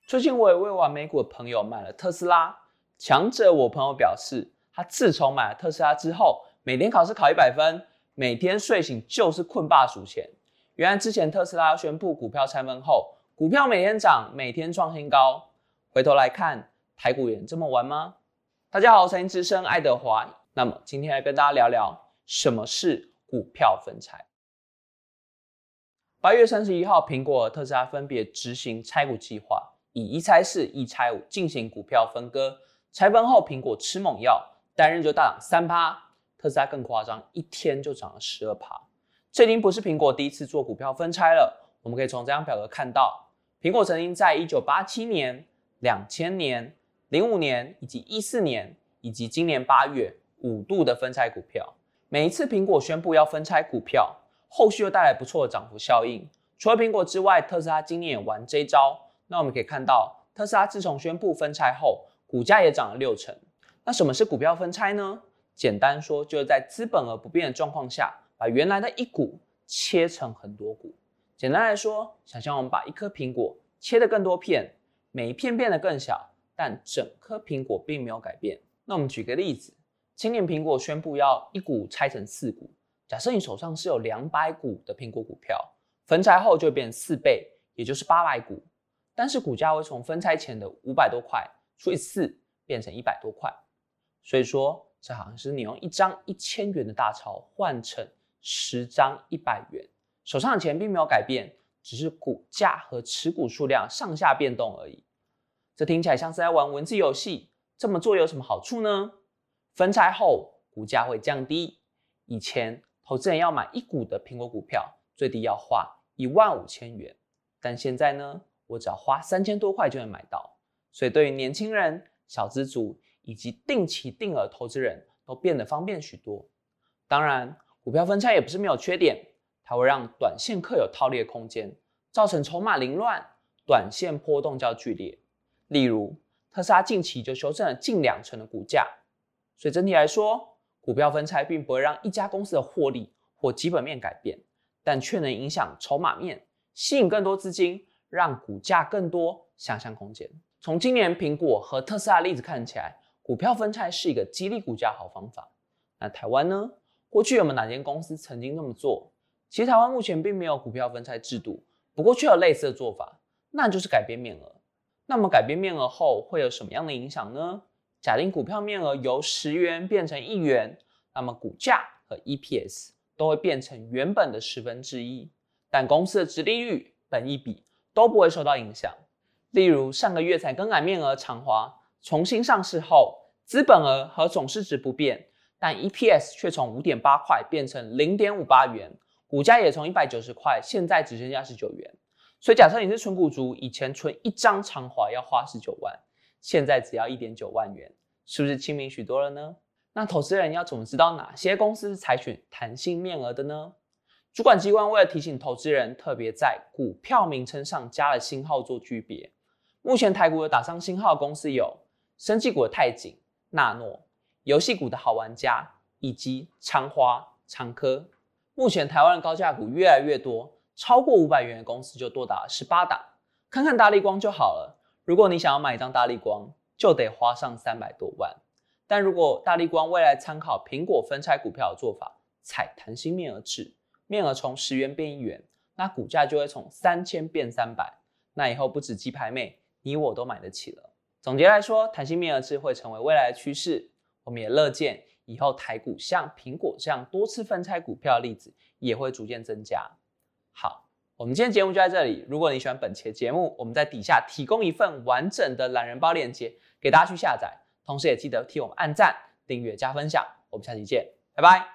最近我有位玩美股的朋友买了特斯拉，强者我朋友表示，他自从买了特斯拉之后，每天考试考100分，每天睡醒就是困霸数钱。原来之前特斯拉宣布股票拆分后，股票每天涨，每天创新高。回头来看，台股也能这么玩吗？大家好，我是财经之声爱德华。那么今天来跟大家聊聊什么是股票分拆。8月31号，苹果和特斯拉分别执行拆股计划，以1拆4、1拆5进行股票分割。拆分后，苹果吃猛药，单日就大涨 3%， 特斯拉更夸张，一天就涨了 12%。这已经不是苹果第一次做股票分拆了。我们可以从这张表格看到，苹果曾经在1987年、2000年、05年以及14年以及今年8月5度的分拆股票。每一次苹果宣布要分拆股票，后续又带来不错的涨幅效应。除了苹果之外，特斯拉今年也玩这一招。那我们可以看到，特斯拉自从宣布分拆后，股价也涨了60%。那什么是股票分拆呢？简单说，就是在资本额不变的状况下，把原来的一股切成很多股。简单来说，想象我们把一颗苹果切得更多片，每一片变得更小，但整颗苹果并没有改变。那我们举个例子，今年苹果宣布要一股拆成4股。假设你手上是有200股的苹果股票，分拆后就会变成4倍，也就是800股。但是股价会从分拆前的500多块除以4变成100多块。所以说，这好像是你用一张1000元的大钞换成10张100元，手上的钱并没有改变，只是股价和持股数量上下变动而已。这听起来像是在玩文字游戏，这么做有什么好处呢？分拆后股价会降低，以前投资人要买1股的苹果股票，最低要花15000元，但现在呢，我只要花3000多块就能买到。所以对于年轻人、小资族以及定期定额投资人都变得方便许多。当然，股票分拆也不是没有缺点，它会让短线客有套利的空间，造成筹码凌乱，短线波动较剧烈。例如，特斯拉近期就修正了近20%的股价。所以整体来说，股票分拆并不会让一家公司的获利或基本面改变，但却能影响筹码面，吸引更多资金，让股价更多想象空间。从今年苹果和特斯拉的例子看起来，股票分拆是一个激励股价好方法。那台湾呢？过去有没有哪间公司曾经这么做？其实台湾目前并没有股票分拆制度，不过却有类似的做法，那就是改变面额。那么改变面额后会有什么样的影响呢？假定股票面额由10元变成1元，那么股价和 EPS 都会变成原本的1/10，但公司的殖利率、本益比都不会受到影响。例如上个月才更改面额长华重新上市后，资本额和总市值不变，但 EPS 却从 5.8 块变成 0.58 元，股价也从190块现在只剩下19元。所以假设你是纯股族，以前存1张长华要花19万，现在只要 1.9 万元，是不是亲民许多了呢？那投资人要怎么知道哪些公司是采取弹性面额的呢？主管机关为了提醒投资人，特别在股票名称上加了星号做区别。目前台股有打上星号的公司有生技股的泰景、纳诺，游戏股的好玩家以及长华、长科。目前台湾的高价股越来越多，超过500元的公司就多达了18档。看看大立光就好了，如果你想要买一张大立光，就得花上300多万。但如果大立光未来参考苹果分拆股票的做法，采弹性面额制，面额从10元变1元，那股价就会从3000变300，那以后不止鸡排妹，你我都买得起了。总结来说，弹性面额制会成为未来的趋势，我们也乐见以后台股像苹果这样多次分拆股票的例子也会逐渐增加。好，我们今天节目就在这里。如果你喜欢本期的节目，我们在底下提供一份完整的懒人包链接给大家去下载，同时也记得替我们按赞、订阅、加分享。我们下期见，拜拜。